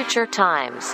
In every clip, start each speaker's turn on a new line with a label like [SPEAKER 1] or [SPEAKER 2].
[SPEAKER 1] Future Times。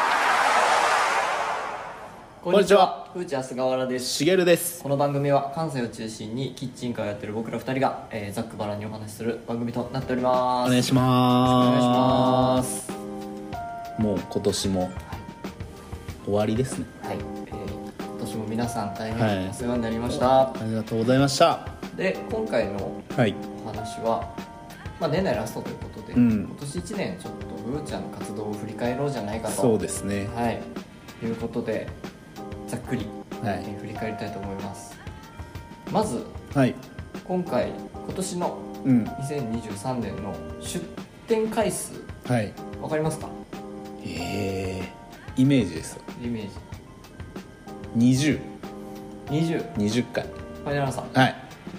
[SPEAKER 2] こんにちは。フーチャー菅原です。
[SPEAKER 3] しげるです。
[SPEAKER 2] この番組は関西を中心にキッチンカーをやってる僕ら2人が、ざっくばらんにお話しする番組となっております。
[SPEAKER 3] お願いします。
[SPEAKER 2] お願いします。
[SPEAKER 3] もう今年も終わりですね。
[SPEAKER 2] はい、今年も皆さん大
[SPEAKER 3] はい
[SPEAKER 2] 変お世話になりました、
[SPEAKER 3] ありがとうございました。
[SPEAKER 2] で、今回の
[SPEAKER 3] はい。
[SPEAKER 2] お話は、年内ラストということで、今年1年ちょっとフーチャーの活動を振り返ろうじゃないかと。
[SPEAKER 3] そうですね。
[SPEAKER 2] はい、ということでざっくり、
[SPEAKER 3] はい
[SPEAKER 2] 振り返りたいと思います。まず
[SPEAKER 3] はい。
[SPEAKER 2] 今年の2023年の出店回数、
[SPEAKER 3] はい。
[SPEAKER 2] わかりますか？
[SPEAKER 3] イメージです。
[SPEAKER 2] イメー
[SPEAKER 3] 20
[SPEAKER 2] ジ
[SPEAKER 3] 20回。
[SPEAKER 2] ファイナルさん、
[SPEAKER 3] はい。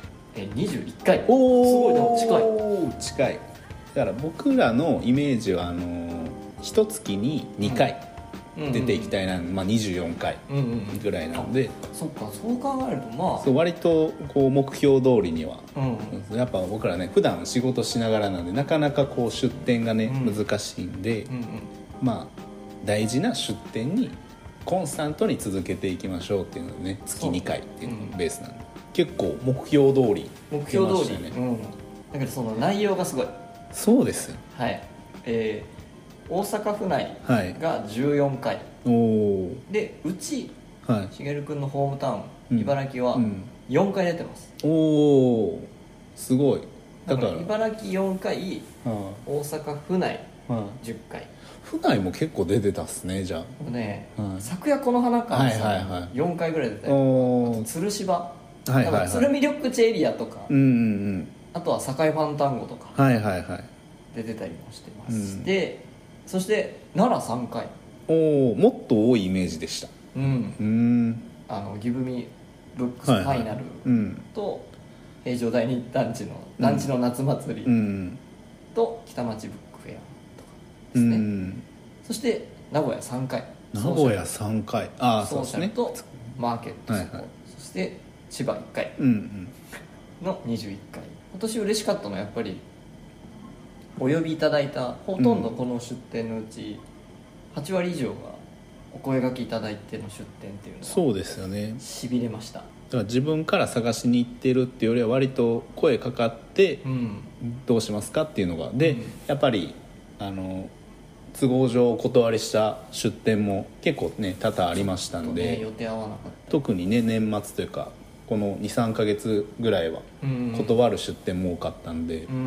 [SPEAKER 2] 21回。
[SPEAKER 3] おー、
[SPEAKER 2] すごいな、
[SPEAKER 3] 近い。だから僕らのイメージは一月に2回出ていきたいな、24回ぐらいなので、
[SPEAKER 2] そっか、そう考えると
[SPEAKER 3] そう割とこう目標通りには、
[SPEAKER 2] うん
[SPEAKER 3] やっぱ僕らね普段仕事しながらなんでなかなかこう出店がね、難しいんで、大事な出店にコンスタントに続けていきましょうっていうのでね、月2回っていうのがベースなんで、結構目標通り
[SPEAKER 2] 目標通り、
[SPEAKER 3] 出ましたね。
[SPEAKER 2] だけどその内容がすごい。
[SPEAKER 3] そうですよ。
[SPEAKER 2] はい、大阪府内
[SPEAKER 3] はい
[SPEAKER 2] が14回、
[SPEAKER 3] おお。
[SPEAKER 2] でうち
[SPEAKER 3] はい。
[SPEAKER 2] しげるくんのホームタウン、茨城は4回出てます。
[SPEAKER 3] おお、すごい。だから
[SPEAKER 2] 茨城4回、
[SPEAKER 3] は
[SPEAKER 2] 大阪府内
[SPEAKER 3] いはい。
[SPEAKER 2] 10回
[SPEAKER 3] 府内も結構出てたっすね。じゃ
[SPEAKER 2] ね、
[SPEAKER 3] はい
[SPEAKER 2] 昨夜この花館さ、
[SPEAKER 3] はいはいはい
[SPEAKER 2] 4回ぐらい出て
[SPEAKER 3] あ。おお。
[SPEAKER 2] 鶴芝、
[SPEAKER 3] はいはいはい。
[SPEAKER 2] 鶴見緑地エリアとか、
[SPEAKER 3] うんうんうん。
[SPEAKER 2] あとは堺ファンタンゴとか
[SPEAKER 3] はいはいはい。
[SPEAKER 2] 出てたりもしてまして、そして奈良3回、
[SPEAKER 3] おお、もっと多いイメージでした。
[SPEAKER 2] ギブミブックスファイナルと平城第二団地の夏祭りと北町ブックフェアとかですね、そして名古屋3回、
[SPEAKER 3] 名古屋3回、ああそうですね、
[SPEAKER 2] とマーケット、
[SPEAKER 3] はいはい、
[SPEAKER 2] そして千葉1回の21回。今年嬉しかったのはやっぱりお呼びいただいたほとんどこの出店のうち8割以上がお声掛けいただいての出店っていうのが
[SPEAKER 3] そうですよね。
[SPEAKER 2] しびれました。
[SPEAKER 3] だから自分から探しに行ってるっていうよりは割と声かかってどうしますかっていうのがで、やっぱり都合上お断りした出店も結構ね多々ありましたんで、
[SPEAKER 2] 予定合わなかった。
[SPEAKER 3] 特にね年末というかこの 2,3 ヶ月ぐらいは断る出店も多かったんで、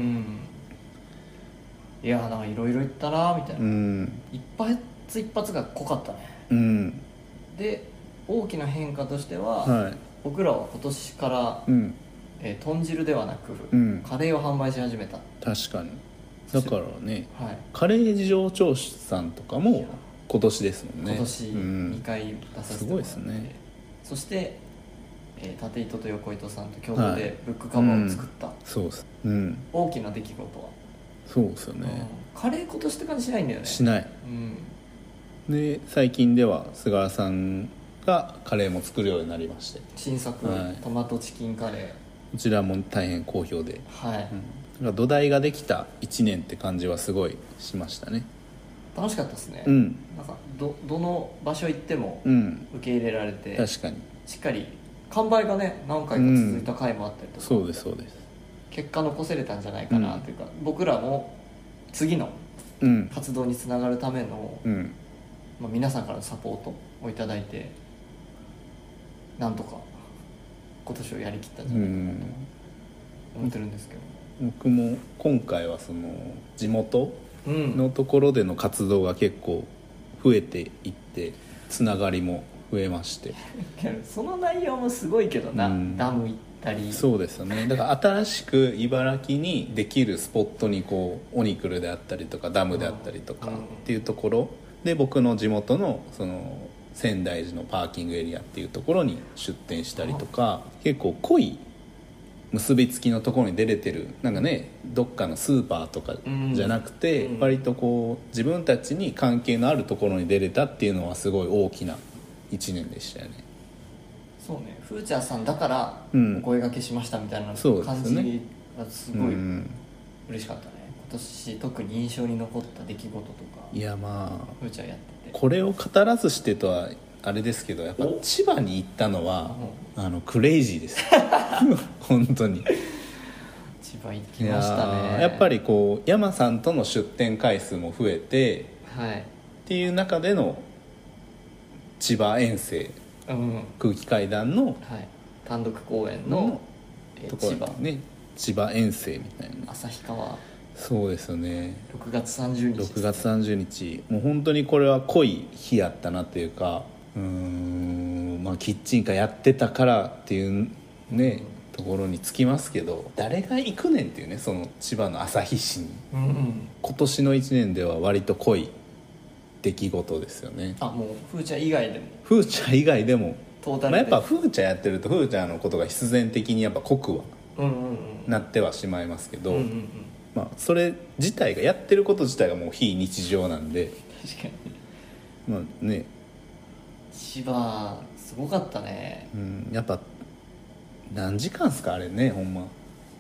[SPEAKER 2] いやー、なんかいろいろ言ったなみたいな、一発一発が濃かったね。で大きな変化としては、僕らは今年から、豚汁ではなく、カレーを販売し始めた。
[SPEAKER 3] 確かに。だからね、カレー事情聴取さんとかも今年ですもんね。
[SPEAKER 2] 今年2回出させてもらって、
[SPEAKER 3] すごいですね。
[SPEAKER 2] そして縦糸と横糸さんと共同でブックカバーを作った、
[SPEAKER 3] そうです、
[SPEAKER 2] 大きな出来事は
[SPEAKER 3] そうですよね、
[SPEAKER 2] カレー今年って感じしないんだよね。
[SPEAKER 3] しない、で最近では菅原さんがカレーも作るようになりまして、
[SPEAKER 2] 新作、トマトチキンカレー、
[SPEAKER 3] こちらも大変好評で、
[SPEAKER 2] はい、
[SPEAKER 3] だから土台ができた1年って感じはすごいしましたね。
[SPEAKER 2] 楽しかったですね。なんかどの場所行っても受け入れられて、
[SPEAKER 3] 確かに
[SPEAKER 2] しっかり完売がね何回か続いた回もあったりとか、
[SPEAKER 3] そうですそうです。
[SPEAKER 2] 結果残せれたんじゃないかなというか、僕らも次の活動につながるための、皆さんからのサポートをいただいて、なんとか今年をやりきったんじゃないかなと思ってるんですけど、
[SPEAKER 3] 僕も今回はその地元のところでの活動が結構増えていってつながりも増えまして
[SPEAKER 2] その内容もすごいけどな、ダム行ったり。
[SPEAKER 3] そうですよね。だから新しく茨城にできるスポットにこうオニクルであったりとかダムであったりとかっていうところで、僕の地元のその仙台寺のパーキングエリアっていうところに出店したりとか、結構濃い結びつきのところに出れてる、なんかねどっかのスーパーとかじゃなくて、割とこう自分たちに関係のあるところに出れたっていうのはすごい大きな1年でしたよね。
[SPEAKER 2] そうね、フーチャーさんだからお声掛けしましたみたいな感じがすごい嬉しかったね今年特に印象に残った出来事とか
[SPEAKER 3] いやまあ
[SPEAKER 2] ふーちゃんやってて、
[SPEAKER 3] これを語らずしてとはあれですけど、やっぱ千葉に行ったのはクレイジーです本当に
[SPEAKER 2] 千葉行きましたね。
[SPEAKER 3] やっぱりこう山さんとの出店回数も増えて、
[SPEAKER 2] はい、
[SPEAKER 3] っていう中での千葉遠征、
[SPEAKER 2] うん、
[SPEAKER 3] 空気階段の、
[SPEAKER 2] はい、単独公演の、
[SPEAKER 3] ところにね、千葉遠征みたいな。
[SPEAKER 2] 旭川、
[SPEAKER 3] そうですよね、
[SPEAKER 2] 6月30日です、ね、
[SPEAKER 3] 6月30日もう本当にこれは濃い日やったなっていうか、まあキッチンカーやってたからっていうね、ところにつきますけど、誰が行くねんっていうね、その千葉の旭市に、今年の1年では割と濃い出来事ですよね。
[SPEAKER 2] もうふーちゃん以外でも、
[SPEAKER 3] ふーちゃん以外でも
[SPEAKER 2] トータルで、
[SPEAKER 3] やっぱふーちゃんやってるとふーちゃんのことが必然的にやっぱ濃くはなってはしまいますけど、まあそれ自体がやってること自体がもう非日常なんで、
[SPEAKER 2] 確かに
[SPEAKER 3] まあね、
[SPEAKER 2] 千葉すごかったね。
[SPEAKER 3] やっぱ何時間すかあれね、ほんま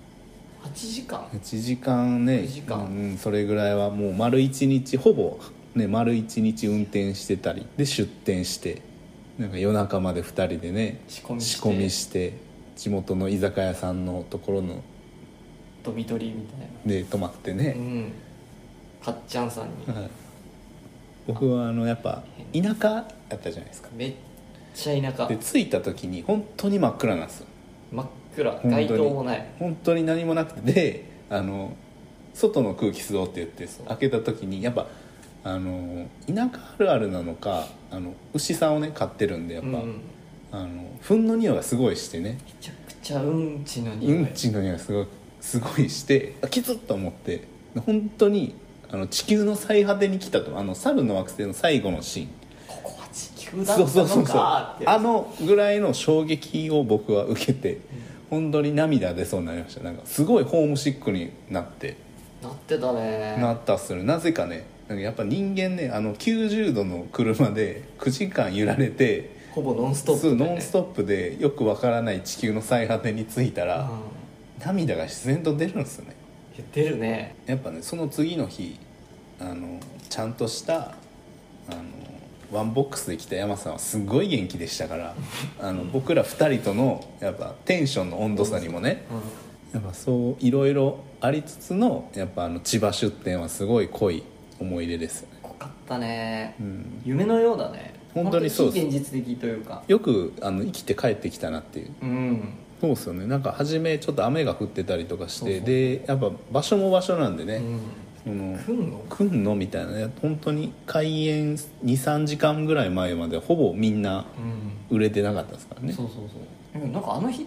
[SPEAKER 2] 8時間
[SPEAKER 3] 1時間ね、
[SPEAKER 2] 時間、
[SPEAKER 3] それぐらいはもう丸1日ほぼね、丸1日運転してたりで出店して、なんか夜中まで2人でね
[SPEAKER 2] 仕込み
[SPEAKER 3] して地元の居酒屋さんのところの
[SPEAKER 2] ドミトリーみたいな
[SPEAKER 3] で泊まってね、
[SPEAKER 2] かっちゃんさんに、
[SPEAKER 3] はい、僕はやっぱ田舎やったじゃないですか。
[SPEAKER 2] めっちゃ田舎
[SPEAKER 3] で着いた時に本当に真っ暗なんですよ。
[SPEAKER 2] 真っ暗、街灯もない、
[SPEAKER 3] 本当に何もなくて、で外の空気吸おうって言って開けた時にやっぱ田舎あるあるなのか、牛さんをね飼ってるんで、やっぱ、糞の匂いがすごいしてね、
[SPEAKER 2] めちゃくちゃうんちの匂い、
[SPEAKER 3] がすごいしてきつっと思って、本当に地球の最果てに来たと、猿の惑星の最後のシーン、
[SPEAKER 2] ここは地球だったのかって
[SPEAKER 3] ぐらいの衝撃を僕は受けて、本当に涙出そうになりました。なんかすごいホームシックになって
[SPEAKER 2] たね。
[SPEAKER 3] なったっする。なぜかね、なんかやっぱ人間ね、90度の車で9時間揺られて、
[SPEAKER 2] ほぼノンストップで、
[SPEAKER 3] ノンストップでよくわからない地球の最果てに着いたら、涙が自然と出るんですよね。
[SPEAKER 2] 出るね。
[SPEAKER 3] やっぱね、その次の日ちゃんとしたワンボックスで来た山さんはすごい元気でしたから僕ら2人とのやっぱテンションの温度差にもね、やっぱそういろいろありつつのやっぱ千葉出店はすごい濃い思い出ですよね。
[SPEAKER 2] 濃かったね、夢のようだね。
[SPEAKER 3] 本当にそうです。
[SPEAKER 2] 非現実的というか、
[SPEAKER 3] よく生きて帰ってきたなっていう、そうですよね。なんか初めちょっと雨が降ってたりとかして、でやっぱ場所も場所なんでね、来んのみたいなね、本当に開演 2,3 時間ぐらい前までほぼみんな売れてなかったですからね、
[SPEAKER 2] なんかあの日って、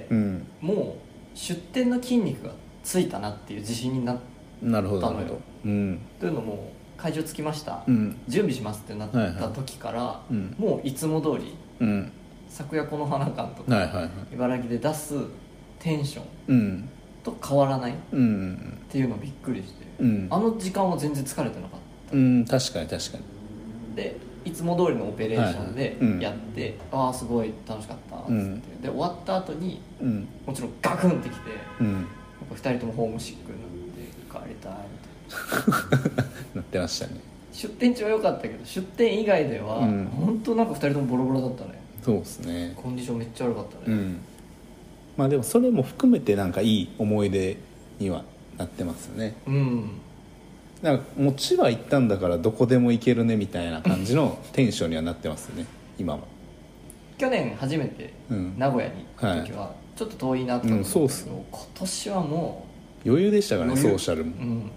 [SPEAKER 2] もう出店の筋肉がついたなっていう自信になったのよ。
[SPEAKER 3] なるほど、
[SPEAKER 2] というのも会場着きました、準備しますってなった時から、もういつも通り、昨夜この花館とか、茨城で出すテンションと変わらないっていうのびっくりして、あの時間は全然疲れてなかった、
[SPEAKER 3] 確かに
[SPEAKER 2] でいつも通りのオペレーションでやって、ああすごい楽しかったっつって、で終わった後に、もちろんガクンってきて、やっぱ2人ともホームシックになって帰りたいみたいな
[SPEAKER 3] なってましたね。
[SPEAKER 2] 出店中は良かったけど、出店以外では、本当なんか2人ともボロボロだったね。
[SPEAKER 3] そうですね、
[SPEAKER 2] コンディションめっちゃ悪かったね、
[SPEAKER 3] まあでもそれも含めてなんかいい思い出にはなってますよね。なんかもう千葉行ったんだからどこでも行けるねみたいな感じのテンションにはなってますよね今も。
[SPEAKER 2] 去年初めて名古屋に行った時はちょっと遠いなと思ったけど、今年はも
[SPEAKER 3] う余裕でしたからね、ソーシャルも、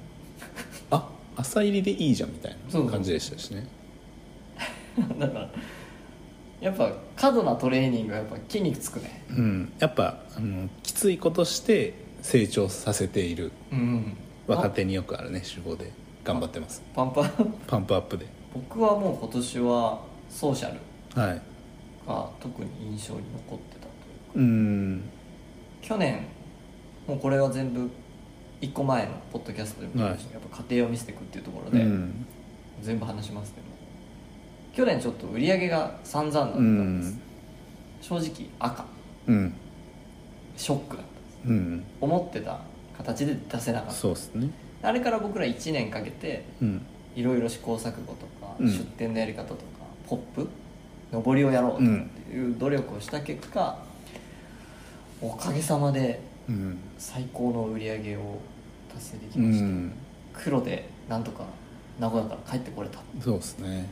[SPEAKER 3] 朝入りでいいじゃんみたいな感じでしたしね。
[SPEAKER 2] だからやっぱ過度なトレーニングはやっぱ筋肉つくね。
[SPEAKER 3] やっぱきついことして成長させている、若手によくあるね手法で頑張ってます。パンプアップで。僕
[SPEAKER 2] はもう今年はソーシャル
[SPEAKER 3] が
[SPEAKER 2] 特に印象に残ってたというか、去年もうこれは全部1個前のポッドキャストでも言いましたけど、やっぱ家庭を見せていくっていうところで、全部話しますけど、去年ちょっと売り上げが散々だったんです、正直赤、ショックだったんです、思ってた形で出せなかった。
[SPEAKER 3] そうですね。
[SPEAKER 2] あれから僕ら1年かけていろいろ試行錯誤とか、出店のやり方とかポップ上りをやろうとかっていう努力をした結果、おかげさまで最高の売り上げを達成できまして、黒でなんとか名古屋から帰ってこれたっていうのは、
[SPEAKER 3] そうですね。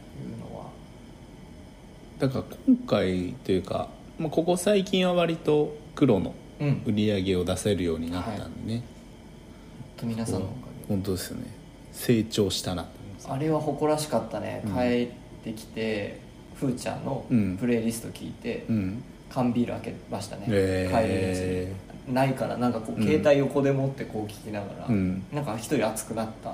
[SPEAKER 3] だから今回というか、ここ最近は割と黒の売り上げを出せるようになったんでね、
[SPEAKER 2] 本当皆さんのおかげ。
[SPEAKER 3] 本当ですよね。成長したなと思います。
[SPEAKER 2] あれは誇らしかったね。帰ってきてふーちゃんのプレイリスト聞いて、缶ビール開けましたね、帰り道にないからなんかこう携帯横で持ってこう聞きながら、なんか一人熱くなった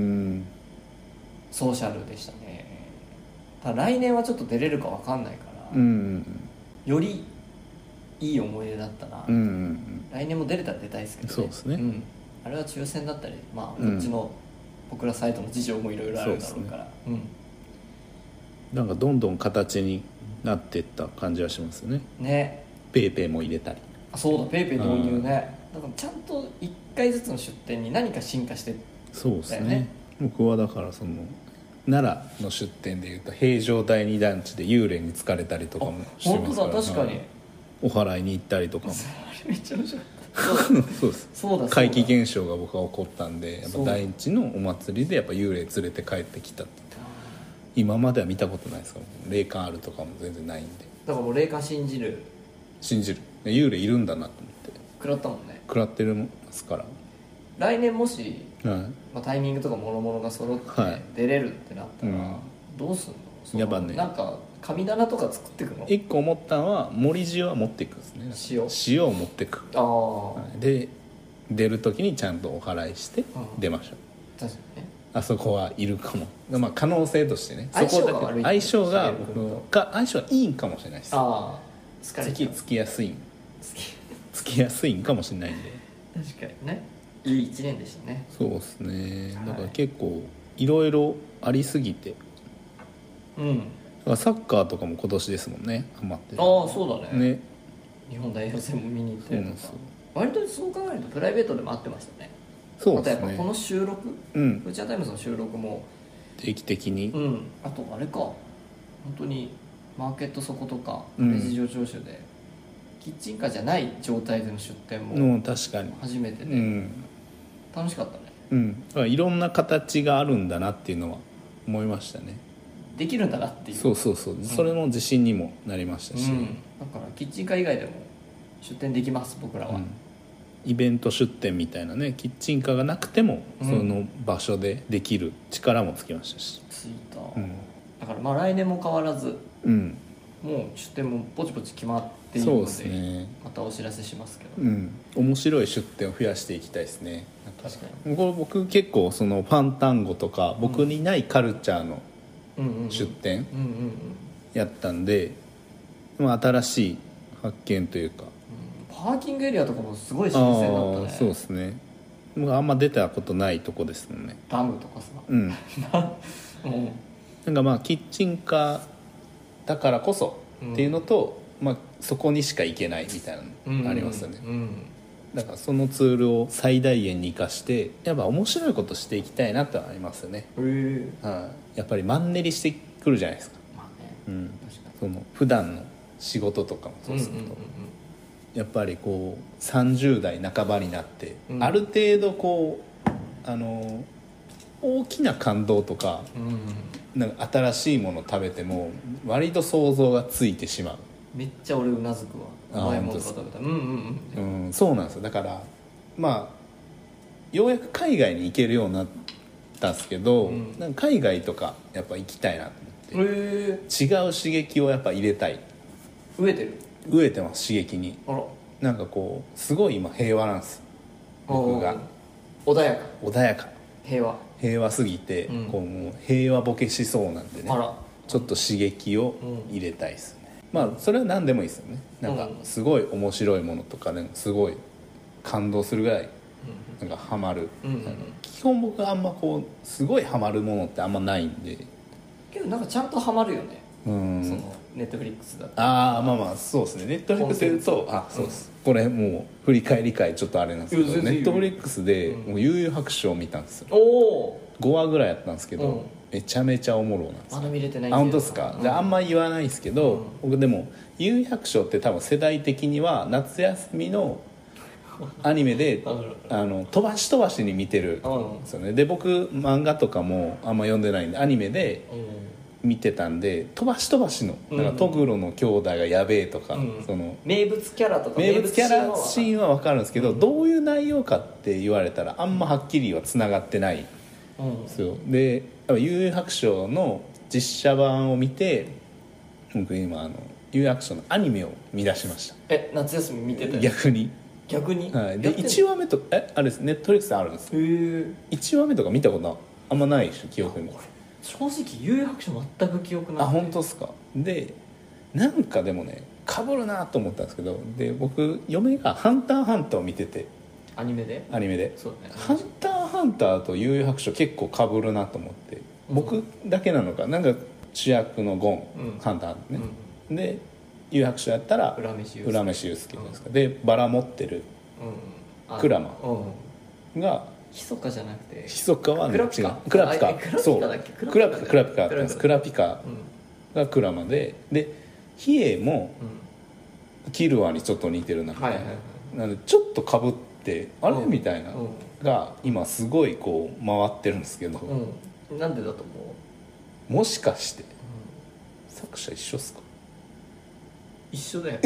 [SPEAKER 2] ソーシャルでしたね。ただ来年はちょっと出れるか分かんないから、よりいい思い出だったな、来年も出れたら出たいですけどね。
[SPEAKER 3] そうですね、
[SPEAKER 2] あれは抽選だったり、こっちの僕らサイトの事情もいろいろあるだろうから、
[SPEAKER 3] なんかどんどん形になっていった感じはしますよね。
[SPEAKER 2] ね、
[SPEAKER 3] ペイペイも入れたり。
[SPEAKER 2] そうだ、ペイペイ導入ね。だからちゃんと1回ずつの出店に何か進化してったよね。
[SPEAKER 3] そうですね。僕はだからその奈良の出店でいうと平城第二団地で幽霊に疲れたりとかもしてますから。
[SPEAKER 2] 本当だ、確かに
[SPEAKER 3] お祓いに行ったりとかも。
[SPEAKER 2] あれめっちゃ面白い。
[SPEAKER 3] そうです。
[SPEAKER 2] そうだ、
[SPEAKER 3] 怪奇現象が僕は起こったんで、やっぱ第一のお祭りでやっぱ幽霊連れて帰ってきたって。今までは見たことないですから霊感あるとかも全然ないんで。
[SPEAKER 2] だからもう霊感信じる
[SPEAKER 3] 幽霊いるんだなと思って
[SPEAKER 2] 食らったもんね。
[SPEAKER 3] 食らってるますから。
[SPEAKER 2] 来年もし、タイミングとか諸々が揃って出れるってなったら、どうすんの？
[SPEAKER 3] やっぱね、
[SPEAKER 2] なんか神棚とか作っていくの？
[SPEAKER 3] 一個思ったのは盛り塩は持っていくんですね。塩を持っていく。で出る時にちゃんとお祓いして出ましょう。
[SPEAKER 2] 確かにね。
[SPEAKER 3] あそこはいるかも、可能性としてね。
[SPEAKER 2] 相性が悪い。
[SPEAKER 3] 相性が相性はいいんかもしれないです。つきやすいんかもしれないんで。
[SPEAKER 2] 確かにね。いい1年でしたね。
[SPEAKER 3] そうですね。だから結構いろいろありすぎて、だからサッカーとかも今年ですもんね、ハマってる。
[SPEAKER 2] そうだね。日本代表戦も見に行ってるとか。割とそう考えるとプライベートでも会ってましたね。
[SPEAKER 3] そうですね。
[SPEAKER 2] あとやっぱこの収録、フーチャータイムズの収録も
[SPEAKER 3] 定期的に、
[SPEAKER 2] あとあれか、本当にマーケットそことかレジ事情聴取で、キッチンカーじゃない状態での出店も
[SPEAKER 3] 確かに
[SPEAKER 2] 初めてで、楽しかったね。
[SPEAKER 3] だからいろんな形があるんだなっていうのは思いましたね。
[SPEAKER 2] できるんだなっていう。
[SPEAKER 3] そう、それの自信にもなりましたし、
[SPEAKER 2] だからキッチンカー以外でも出店できます、僕らは。
[SPEAKER 3] イベント出店みたいなね、キッチンカーがなくてもその場所でできる力もつきましたし、
[SPEAKER 2] ついた。だから来年も変わらず、もう出店もポチポチ決まっているので、またお知らせしますけど、
[SPEAKER 3] 面白い出店を増やしていきたいですね。
[SPEAKER 2] 確かに。
[SPEAKER 3] 僕結構そのファンタンゴとか僕にないカルチャーの出店やったんで、新しい発見というか、
[SPEAKER 2] パーキングエリアとかもすごい新鮮だったね。
[SPEAKER 3] そうですね。あんま出たことないとこですもんね。
[SPEAKER 2] ダムとかさ。
[SPEAKER 3] なんかキッチンカーだからこそっていうのと、そこにしか行けないみたいなのがありますよね。だからそのツールを最大限に生かしてやっぱ面白いことしていきたいなってありますよね。やっぱりマンネリしてくるじゃないですか。その普段の仕事とかもそうすると、やっぱりこう30代半ばになって、ある程度こう大きな感動とか、なんか新しいもの食べても割と想像がついてしまう。
[SPEAKER 2] めっちゃ俺うなずくわ。甘いものとか食べたら。
[SPEAKER 3] そうなんですよ。だからようやく海外に行けるようになったんですけど、なんか海外とかやっぱ行きたいなと思って、違う刺激をやっぱ入れたい。飢えてます、刺激に。なんかこうすごい今平和なんです、僕が。
[SPEAKER 2] 穏やか
[SPEAKER 3] 平和すぎて、こうもう平和ボケしそうなんでね、ちょっと刺激を入れたいですね。それは何でもいいですよね。なんかすごい面白いものとかね、すごい感動するぐらいなんかハマる、基本僕はあんまこうすごいハマるものってあんまないんで。
[SPEAKER 2] けどなんかちゃんとハマるよね。 そのネットフリックスだったり、
[SPEAKER 3] まあそうですね。ネットフリックスで言うとそうです、これもう振り返り会ちょっとあれなんですけど、ネットフリックスでもう悠々白書を見たんですよ。5話ぐらいやったんですけど、めちゃめちゃおもろなんですよ。
[SPEAKER 2] まだ見れてないん
[SPEAKER 3] 本当ですか。じゃああんま言わないですけど、僕でも悠々白書って多分世代的には夏休みのアニメで飛ばし飛ばしに見てるんですよね。で僕漫画とかもあんま読んでないんでアニメで見てたんで、飛ばし飛ばしのなんかトグロの兄弟がやべえとか、その
[SPEAKER 2] 名物キャラとか
[SPEAKER 3] 名物キャラシーンは分かるんですけど、どういう内容かって言われたらあんまはっきりはつながってないんですよ。で悠々白書の実写版を見て、僕今悠々白書のアニメを見出しました。
[SPEAKER 2] 夏休み見てたよ。
[SPEAKER 3] 逆に、はい、で1話目とあれです、ネットフリックスあるんですよ。1話目とか見たことあんまないでしょ、記憶に。
[SPEAKER 2] 正直悠々白書全く記憶ない。
[SPEAKER 3] 本当ですか。でなんかでもね被るなと思ったんですけど、で僕嫁が「ハンターハンター」を見てて、
[SPEAKER 2] アニメでそうね、
[SPEAKER 3] ハンターハンターと悠々白書結構被るなと思って、僕だけなのか、なんか主役のゴン、ハンターね、で悠々白書やったら浦飯祐介ですか、でバラ持ってるクラマが
[SPEAKER 2] ヒソカじゃなくて
[SPEAKER 3] ヒソカは
[SPEAKER 2] クラピカ
[SPEAKER 3] クラピカがクラマでヒエもキルアにちょっと似てるなみたいな、なんでちょっとかぶってあれみたいなが今すごいこう回ってるんですけど、
[SPEAKER 2] なんでだと思
[SPEAKER 3] う。もしかして作者一緒っすか。
[SPEAKER 2] 一緒だよ。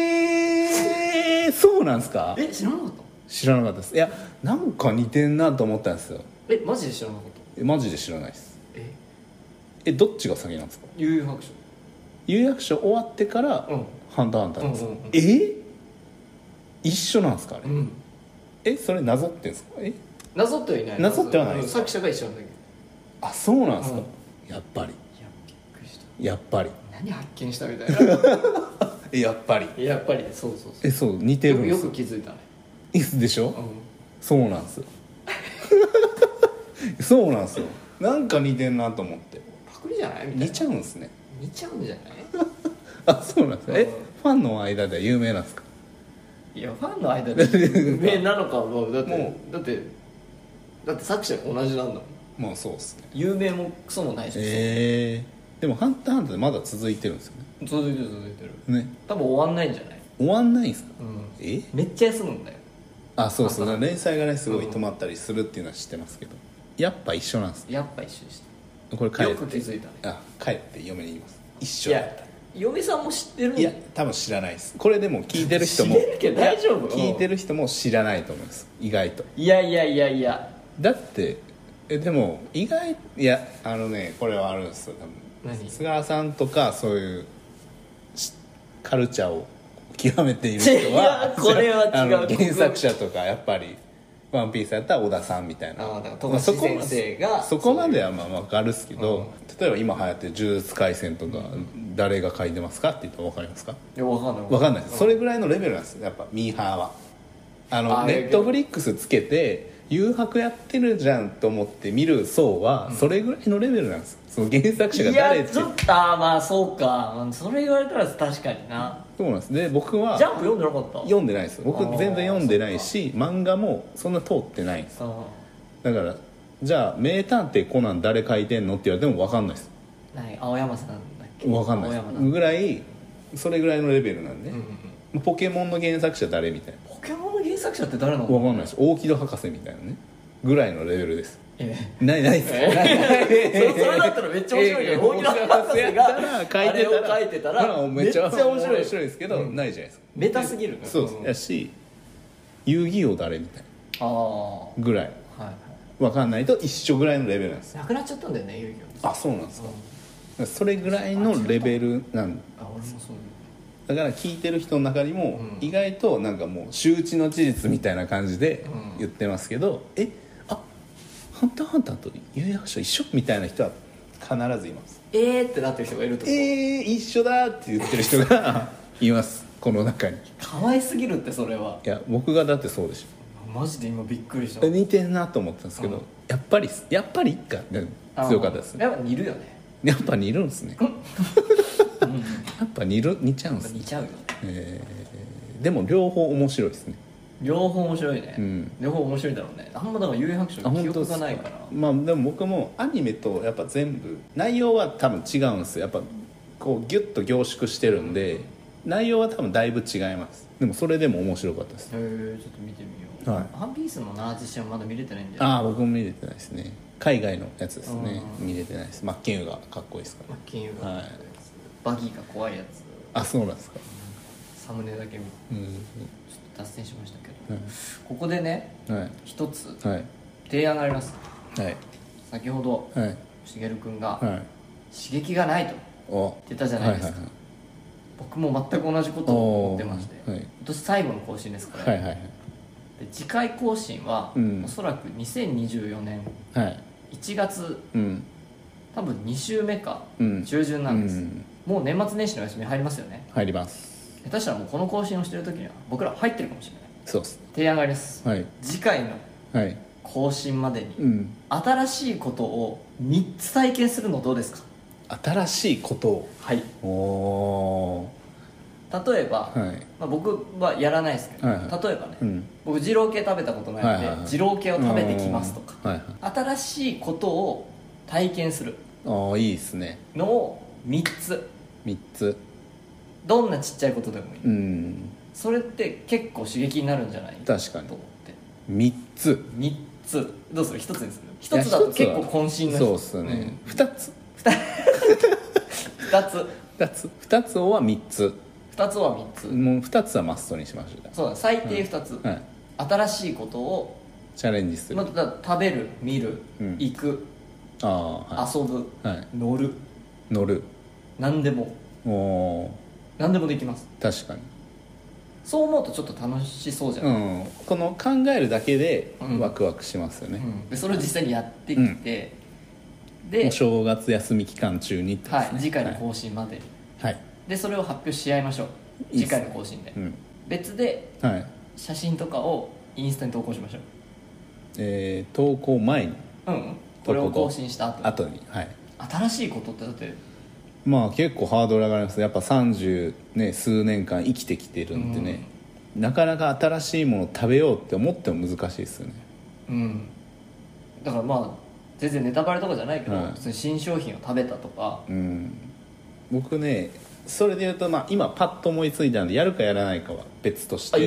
[SPEAKER 3] そうなんですか。
[SPEAKER 2] 知らなかった。
[SPEAKER 3] 知らなかったです。いやなんか似てんなと思ったんですよ。
[SPEAKER 2] マジで知らなかった。
[SPEAKER 3] マジで知らないです。どっちが先なんですか。
[SPEAKER 2] 悠々白書。
[SPEAKER 3] 悠々白書終わってから、ハンターハンターなんですか。一緒なんですかあれ。それなぞってんですか。
[SPEAKER 2] なぞってはいない。
[SPEAKER 3] なぞってはない。
[SPEAKER 2] 作者が一緒なんだけど。
[SPEAKER 3] そうなんですか。やっぱり。
[SPEAKER 2] いやびっくりした。
[SPEAKER 3] やっぱり。
[SPEAKER 2] 何発見したみたいな。
[SPEAKER 3] やっぱり
[SPEAKER 2] そう
[SPEAKER 3] そう似てるんです
[SPEAKER 2] よく気づいたね。
[SPEAKER 3] でしょ、そうなんですよ。そうなんですよ。なんか似てんなと思って。
[SPEAKER 2] パクリじゃないみたいな。
[SPEAKER 3] 似ちゃうんですね。
[SPEAKER 2] 似ちゃうんじゃない。
[SPEAKER 3] そうなんですね。ファンの間では有名なんですか。
[SPEAKER 2] いやファンの間で有名なのかはだって作者が同じなんだもん。
[SPEAKER 3] まあそうですね。
[SPEAKER 2] 有名もクソもないし。
[SPEAKER 3] でもハンターハンターでまだ続いてるんですよね。
[SPEAKER 2] 続いてるね。多分終わんないんじゃない。
[SPEAKER 3] 終わんないんですか。
[SPEAKER 2] めっちゃ休むんだよ。
[SPEAKER 3] そうそう、連載がねすごい止まったりするっていうのは知ってますけど、やっぱ一緒なんです。
[SPEAKER 2] やっぱ一緒でした。
[SPEAKER 3] これ帰って
[SPEAKER 2] よく気づいたね。
[SPEAKER 3] 帰って嫁に言います。一緒だった。
[SPEAKER 2] いや嫁さんも知ってる。
[SPEAKER 3] いや多分知らないです。これでも聞いてる人も
[SPEAKER 2] 知ってるけど大丈夫。
[SPEAKER 3] 聞いてる人も知らないと思います、意外と。
[SPEAKER 2] いや
[SPEAKER 3] だってでも意外、いやこれはあるんですよ。多分菅原さんとかそういうカルチャーを極めている人は
[SPEAKER 2] これは違う。
[SPEAKER 3] 原作者とかやっぱりワンピースやったら小田さんみたいな、
[SPEAKER 2] 富樫先生が
[SPEAKER 3] そこまではまあ分かるっすけど、例えば今流行ってる呪術廻戦とか、誰が書いてますかって言ったら分かりますか。
[SPEAKER 2] いや分かんないです。
[SPEAKER 3] それぐらいのレベルなんですよやっぱミーハーは。ネットフリックスつけて誘白やってるじゃんと思って見る層はそれぐらいのレベルなんです。その原作者が誰って。
[SPEAKER 2] いやちょっとまあそうか、それ言われたら確かにな。
[SPEAKER 3] そうなんです。で僕は
[SPEAKER 2] ジャンプ読んでなかった。
[SPEAKER 3] 読んでないです。僕全然読んでないし漫画もそんな通ってないんです。だからじゃあ名探偵コナン誰書いてんのって言われても分かんないです。
[SPEAKER 2] 青山さんだっけ。
[SPEAKER 3] 分かんないですぐらい、それぐらいのレベルなんで、ポケモンの原作者誰みたいな。
[SPEAKER 2] ポケモンの原作者って誰なの。
[SPEAKER 3] 分かんないです。大木戸博士みたいなねぐらいのレベルです。ないです。そ
[SPEAKER 2] れだったらめっちゃ面白いけど、大木戸博士があれを書いてたらめっちゃ面白い
[SPEAKER 3] ですけど、ないじゃないですか。
[SPEAKER 2] メタすぎるね。
[SPEAKER 3] そうです。やし遊戯王誰みたいなぐらい分かんないと一緒ぐらいのレベルなんです。
[SPEAKER 2] なくなっちゃったんだよね遊戯王。
[SPEAKER 3] そうなんですか。それぐらいのレベルなんで。
[SPEAKER 2] 俺もそう
[SPEAKER 3] だから聞いてる人の中にも意外となんかもう周知の事実みたいな感じで言ってますけど、ハンターハンターと有役所一緒みたいな人は必ずいます。
[SPEAKER 2] ってなってる人がいるってこと。
[SPEAKER 3] 一緒だって言ってる人がいますこの中に。
[SPEAKER 2] 可愛すぎるって。それは。
[SPEAKER 3] いや僕がだってそうでし
[SPEAKER 2] ょ。マジで今びっくりした。
[SPEAKER 3] 似てんなと思ったんですけど、やっぱり一家が強かったですね。
[SPEAKER 2] やっぱ似るよね。
[SPEAKER 3] やっぱ似るんですねっぱ似ちゃうんですね。
[SPEAKER 2] 似ちゃうよ、
[SPEAKER 3] でも両方面白いですね。
[SPEAKER 2] 両方面白いね、両方面白いだろうね。あんまだから幽遊白書記憶がないから。
[SPEAKER 3] まあでも僕もアニメとやっぱ全部内容は多分違うんですよ。やっぱこうギュッと凝縮してるんで、内容は多分だいぶ違います。でもそれでも面白かったです。
[SPEAKER 2] ちょっと見てみよう、
[SPEAKER 3] はい、
[SPEAKER 2] ワンピースのな実写はまだ見れてないんだよ。
[SPEAKER 3] 僕も見れてないですね。海外のやつですね。見れてないです。マッケンユーがかっこいいですから。
[SPEAKER 2] マッケンユーが、
[SPEAKER 3] はい、
[SPEAKER 2] バギーが怖いやつ。
[SPEAKER 3] そうなんですか。
[SPEAKER 2] サムネだけ見て、ちょっと脱線しましたけど、ここでね、一つ提案があります。先ほどしげるくんが刺激がないと言ってたじゃないですか。僕も全く同じことを思ってまして、今年最後の更新ですこれ、で次回更新は、おそらく2024年1月、多分2週目か中旬なんです、もう年末年始の休み入りますよね。
[SPEAKER 3] 入ります。
[SPEAKER 2] 下手したらもうこの更新をしてる時には僕ら入ってるかもしれない。
[SPEAKER 3] そうです。
[SPEAKER 2] 提案があります、次回の更新までに、新しいことを3つ体験するのどうですか。
[SPEAKER 3] 新しいことを、
[SPEAKER 2] 例えば、僕はやらないですけど、例えばね、僕二郎系食べたことないので、二郎系を食べてきますとか、新しいことを体験する
[SPEAKER 3] いいですね
[SPEAKER 2] のを3つ、どんなちっちゃいことでもいい、それって結構刺激になるんじゃないかと思って。
[SPEAKER 3] 3つ
[SPEAKER 2] どうする？1つにする？1つだと結構渾身の
[SPEAKER 3] そうっすね、2つ2つは3つ
[SPEAKER 2] 2つは3つ、
[SPEAKER 3] もう2つはマストにしましょう。
[SPEAKER 2] そうだ、最低2つ、新しいことを
[SPEAKER 3] チャレンジする、
[SPEAKER 2] 食べる、見る、行く、遊ぶ、乗る、何でもできます。
[SPEAKER 3] 確かに
[SPEAKER 2] そう思うとちょっと楽しそうじゃない、
[SPEAKER 3] この考えるだけでワクワクしますよね、
[SPEAKER 2] でそれを実際にやってきて、で
[SPEAKER 3] お正月休み期間中にってですね、
[SPEAKER 2] 次回の更新までに、でそれを発表し合いましょう。次回の更新で、別で写真とかをインスタに投稿しましょう。
[SPEAKER 3] 投稿前に、
[SPEAKER 2] これを更新した後に、新しいことってだって
[SPEAKER 3] 結構ハードル上がります。やっぱ30、数年間生きてきてるんでね、なかなか新しいものを食べようって思っても難しいですよね。
[SPEAKER 2] だから全然ネタバレとかじゃないけど、新商品を食べたとか、
[SPEAKER 3] 僕ねそれで言うと、今パッと思いついたのでやるかやらないかは別として、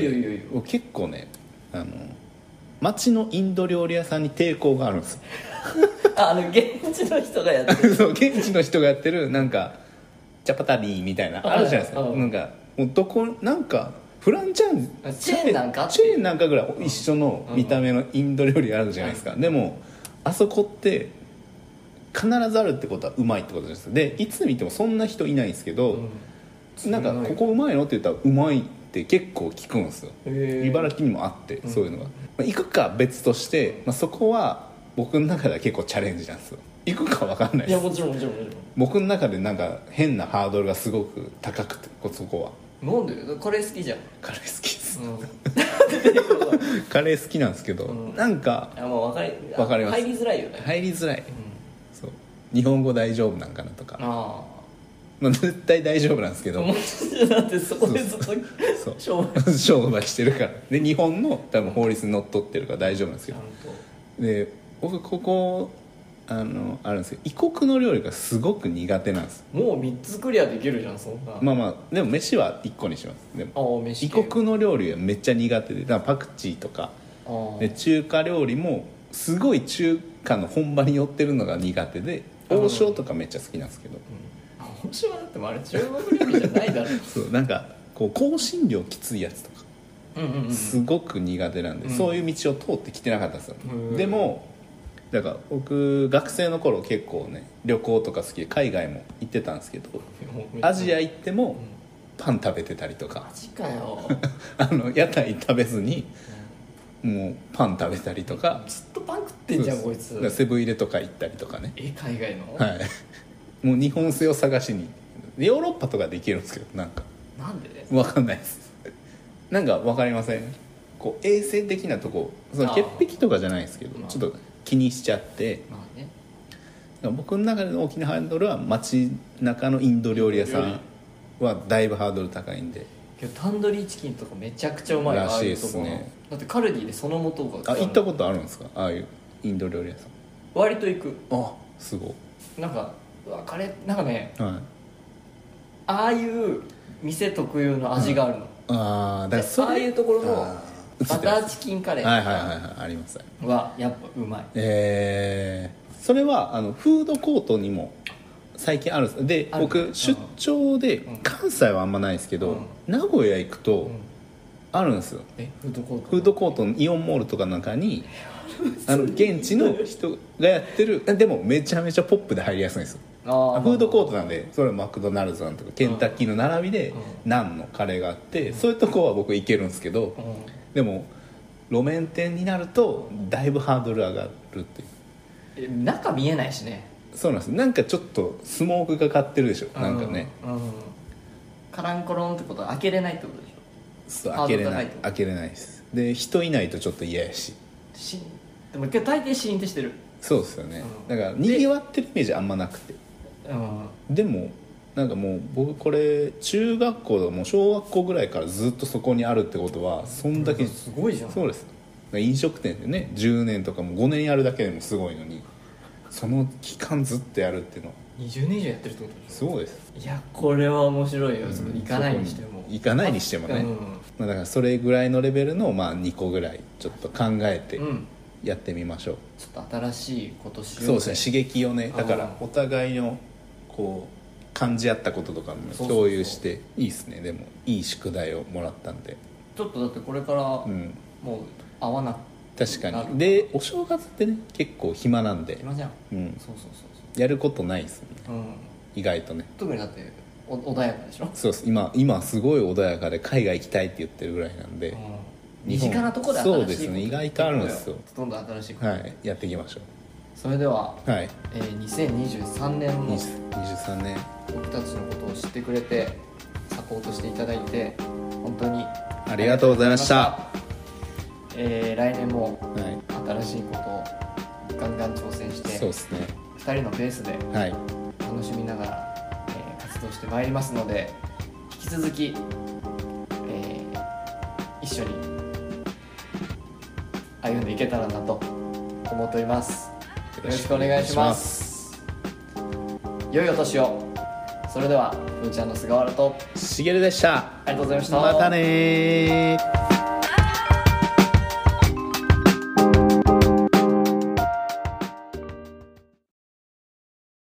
[SPEAKER 3] 結構ね街のインド料理屋さんに抵抗があるんですよ
[SPEAKER 2] 現地の人がやってる
[SPEAKER 3] そう現地の人がやってるなんかチャパタリーみたいなあるじゃないですか、なんかもうどこなんかフランチャー
[SPEAKER 2] チェーン
[SPEAKER 3] なんかぐらい一緒の見た目のインド料理あるじゃないですか、でもあそこって必ずあるってことはうまいってことですで、いつ見てもそんな人いないんですけど、なんかここうまいのって言ったらうまいって結構聞くんですよ。茨城にもあってそういうのが、行くか別として、そこは僕の中では結構チャレンジなんですよ。行くか分かんないです。
[SPEAKER 2] いやもちろん
[SPEAKER 3] 僕の中でなんか変なハードルがすごく高くて、そこは
[SPEAKER 2] なんでカレー好きじゃん。
[SPEAKER 3] カレー好きです、カレー好きなんですけど、なんか
[SPEAKER 2] 分かります。入りづらいよね。
[SPEAKER 3] 入りづらい、そう日本語大丈夫なんかなとか、絶対大丈夫なんですけど
[SPEAKER 2] だってそこでずっと
[SPEAKER 3] 商売してるからで、日本の多分法律にのっとってるから大丈夫なんですけど、で僕ここあるんですけど、異国の料理がすごく苦手なんです。
[SPEAKER 2] もう3つクリアできるじゃんそんな。
[SPEAKER 3] でも飯は1個にします。でも異国の料理はめっちゃ苦手で、だからパクチーとかで中華料理もすごい中華の本場に寄ってるのが苦手で、王将とかめっちゃ好きなんですけど、
[SPEAKER 2] 王将はだってあれ中国料理じゃないだろ
[SPEAKER 3] そうなんかこう香辛料きついやつとかすごく苦手なんで、そういう道を通ってきてなかったんですよ。でもだから僕学生の頃結構ね旅行とか好きで海外も行ってたんですけど、アジア行ってもパン食べてたりとか、
[SPEAKER 2] マジかよ
[SPEAKER 3] 屋台食べずにもうパン食べたりとか、
[SPEAKER 2] ずっとパン食ってんじゃんこいつ。
[SPEAKER 3] セブン入れとか行ったりとかね。
[SPEAKER 2] 海外の
[SPEAKER 3] もう日本製を探しに、ヨーロッパとかで行けるんですけど、なんで分かんないですなんか分かりません、こう衛生的なとこ、その潔癖とかじゃないですけど、ちょっと気にしちゃって、 僕の中での大きなハードルは街中のインド料理屋さんはだいぶハードル高いんで。
[SPEAKER 2] けどタンドリーチキンとかめちゃくちゃうまい
[SPEAKER 3] らしいですね。
[SPEAKER 2] だってカルディでその素が
[SPEAKER 3] 行ったことあるんですか、ああいうインド料理屋さん。
[SPEAKER 2] 割と行く。
[SPEAKER 3] あ、すごい。
[SPEAKER 2] なんかカレーなんかね、
[SPEAKER 3] はい、
[SPEAKER 2] ああいう店特有の味があるの、
[SPEAKER 3] ああ、だから
[SPEAKER 2] ああいうところのバターチキンカレー
[SPEAKER 3] あります
[SPEAKER 2] はやっぱうまい。
[SPEAKER 3] それはフードコートにも最近あるんですで、僕出張で、関西はあんまないですけど、名古屋行くとあるんですよ。
[SPEAKER 2] フー
[SPEAKER 3] ドコートのイオンモールとかの中に現地の人がやってるでもめちゃめちゃポップで入りやすいんですよ。フードコートなんで、それはマクドナルドさんとかケンタッキーの並びでナンのカレーがあって、そういうとこは僕行けるんですけど、でも路面店になるとだいぶハードル上がるっていう。
[SPEAKER 2] 中見えないしね。
[SPEAKER 3] そうなんです。なんかちょっとスモークがかってるでしょ、なんかね、
[SPEAKER 2] カランコロンってことは開けれないってことでしょ。
[SPEAKER 3] そう、開けれないです。で人いないとちょっと嫌やし、
[SPEAKER 2] でも大抵シーンってしてる。
[SPEAKER 3] そうですよね、だからにぎわってるイメージあんまなくて、でもなんかもう僕これ中学校もう小学校ぐらいからずっとそこにあるってことはそんだけ
[SPEAKER 2] すごいじゃん。
[SPEAKER 3] そうです。飲食店でね10年とかも5年やるだけでもすごいのに、その期間ずっとやるっていうのは
[SPEAKER 2] 20年以上やってるってこと
[SPEAKER 3] ですごいです。
[SPEAKER 2] いやこれは面白いよ、行かないにしてもね、
[SPEAKER 3] だからそれぐらいのレベルの2個ぐらいちょっと考えてやってみましょう、
[SPEAKER 2] ちょっと新しいことしよう。
[SPEAKER 3] そうですね、刺激をね。だからお互いのこう感じ合ったこととかも共有していいですね。でもいい宿題をもらったんで、
[SPEAKER 2] ちょっとだってこれからもう会わなく
[SPEAKER 3] 確かに。でお正月ってね結構暇なんで、
[SPEAKER 2] 暇じゃん、そう
[SPEAKER 3] やることないですもんね、意外とね。
[SPEAKER 2] 特にだって穏やかでしょ。
[SPEAKER 3] そうです。今すごい穏やかで海外行きたいって言ってるぐらいなんで、
[SPEAKER 2] 身近なところで新しいこと。
[SPEAKER 3] そうですね、意外とあるんですよ。
[SPEAKER 2] どんどん新しいこと、
[SPEAKER 3] やっていきましょう。
[SPEAKER 2] それでは、2023年も
[SPEAKER 3] 23年
[SPEAKER 2] 僕たちのことを知ってくれてサポートしていただいて本当に
[SPEAKER 3] ありがとうございました。
[SPEAKER 2] 来年も新しいことをガンガン挑戦して、
[SPEAKER 3] そうですね、
[SPEAKER 2] 2人のペースで楽しみながら、活動してまいりますので、引き続き、一緒に歩んでいけたらなと思っております。よろしくお願いします。良いお年を。それではふーちゃんの菅原と
[SPEAKER 3] しげるでした。
[SPEAKER 2] ありがとうございました。
[SPEAKER 3] またね。